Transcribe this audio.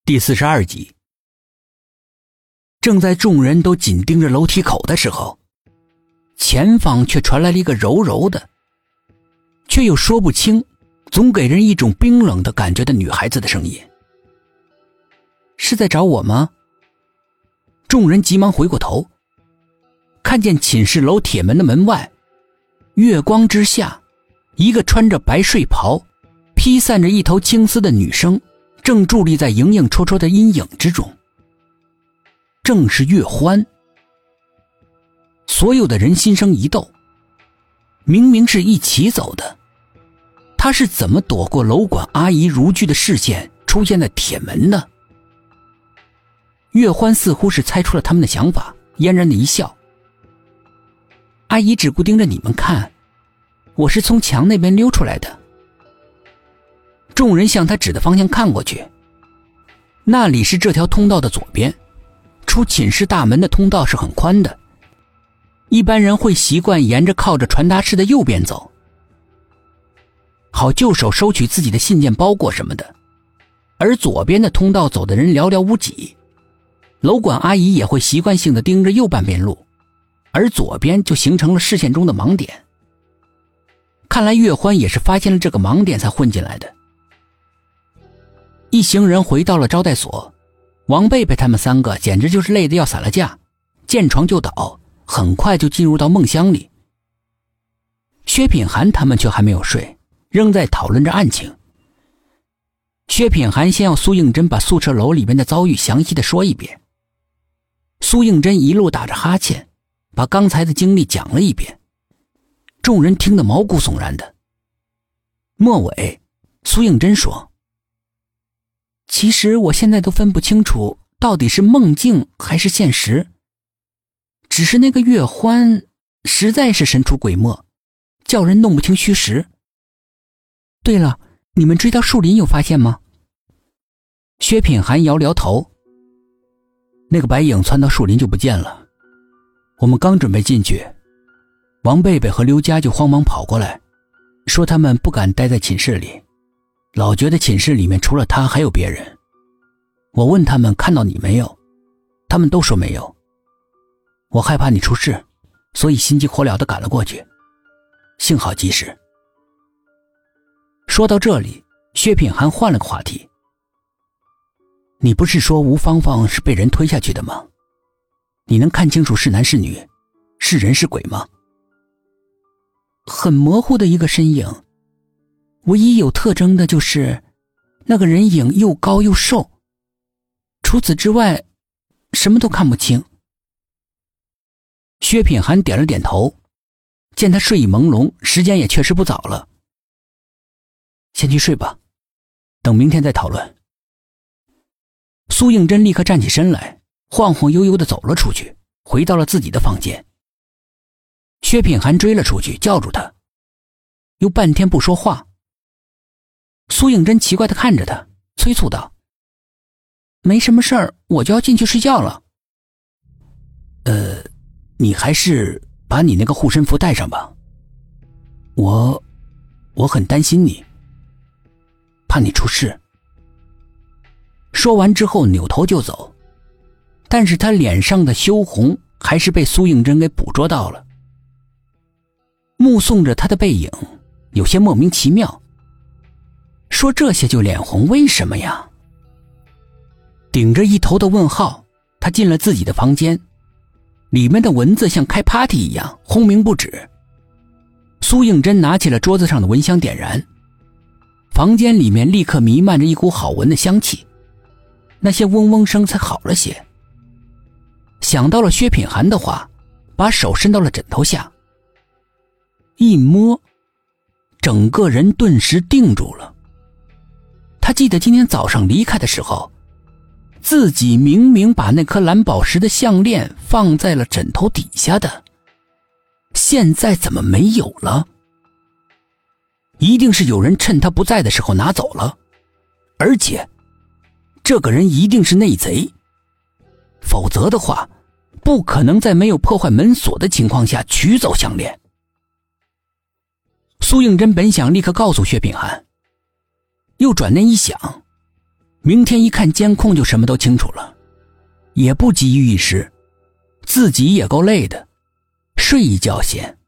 第42集。正在众人都紧盯着楼梯口的时候，前方却传来了一个柔柔的却又说不清，总给人一种冰冷的感觉的女孩子的声音。是在找我吗？众人急忙回过头，看见寝室楼铁门的门外，月光之下，一个穿着白睡袍披散着一头青丝的女生正伫立在影影绰绰的阴影之中，正是月欢。所有的人心生一动，明明是一起走的，他是怎么躲过楼管阿姨如炬的视线，出现在铁门呢？月欢似乎是猜出了他们的想法，嫣然的一笑：阿姨只顾盯着你们看，我是从墙那边溜出来的。众人向他指的方向看过去，那里是这条通道的左边，出寝室大门的通道是很宽的，一般人会习惯沿着靠着传达室的右边走，好就手收取自己的信件包裹什么的，而左边的通道走的人寥寥无几，楼管阿姨也会习惯性的盯着右半边路，而左边就形成了视线中的盲点。看来月欢也是发现了这个盲点才混进来的。一行人回到了招待所，王贝贝他们三个简直就是累得要散了架，见床就倒，很快就进入到梦乡里。薛品涵他们却还没有睡，仍在讨论着案情。薛品涵先要苏应真把宿舍楼里面的遭遇详细的说一遍，苏应真一路打着哈欠，把刚才的经历讲了一遍，众人听得毛骨悚然的。末尾，苏应真说：其实我现在都分不清楚到底是梦境还是现实，只是那个月欢实在是神出鬼没，叫人弄不清虚实。对了，你们追到树林有发现吗？薛品涵摇摇头：那个白影窜到树林就不见了，我们刚准备进去，王贝贝和刘佳就慌忙跑过来，说他们不敢待在寝室里，老觉得寝室里面除了他还有别人。我问他们看到你没有，他们都说没有。我害怕你出事，所以心急火燎地赶了过去，幸好及时。说到这里，薛品涵换了个话题：你不是说吴芳芳是被人推下去的吗？你能看清楚是男是女，是人是鬼吗？很模糊的一个身影，唯一有特征的就是那个人影又高又瘦，除此之外什么都看不清。薛品涵点了点头，见他睡意朦胧，时间也确实不早了，先去睡吧，等明天再讨论。苏应真立刻站起身来，晃晃悠悠地走了出去，回到了自己的房间。薛品涵追了出去，叫住他，又半天不说话。苏应真奇怪地看着他，催促道：没什么事儿，我就要进去睡觉了。你还是把你那个护身符带上吧，我很担心你，怕你出事。说完之后扭头就走，但是他脸上的羞红还是被苏应真给捕捉到了。目送着他的背影，有些莫名其妙，说这些就脸红，为什么呀？顶着一头的问号，他进了自己的房间，里面的蚊子像开 party 一样轰鸣不止。苏应真拿起了桌子上的蚊香点燃，房间里面立刻弥漫着一股好闻的香气，那些嗡嗡声才好了些。想到了薛品涵的话，把手伸到了枕头下，一摸，整个人顿时定住了。他记得今天早上离开的时候，自己明明把那颗蓝宝石的项链放在了枕头底下的，现在怎么没有了？一定是有人趁他不在的时候拿走了，而且这个人一定是内贼，否则的话不可能在没有破坏门锁的情况下取走项链。苏应真本想立刻告诉薛品涵，又转念一想， 明天一看监控就什么都清楚了，也不急于一时，自己也够累的，睡一觉先。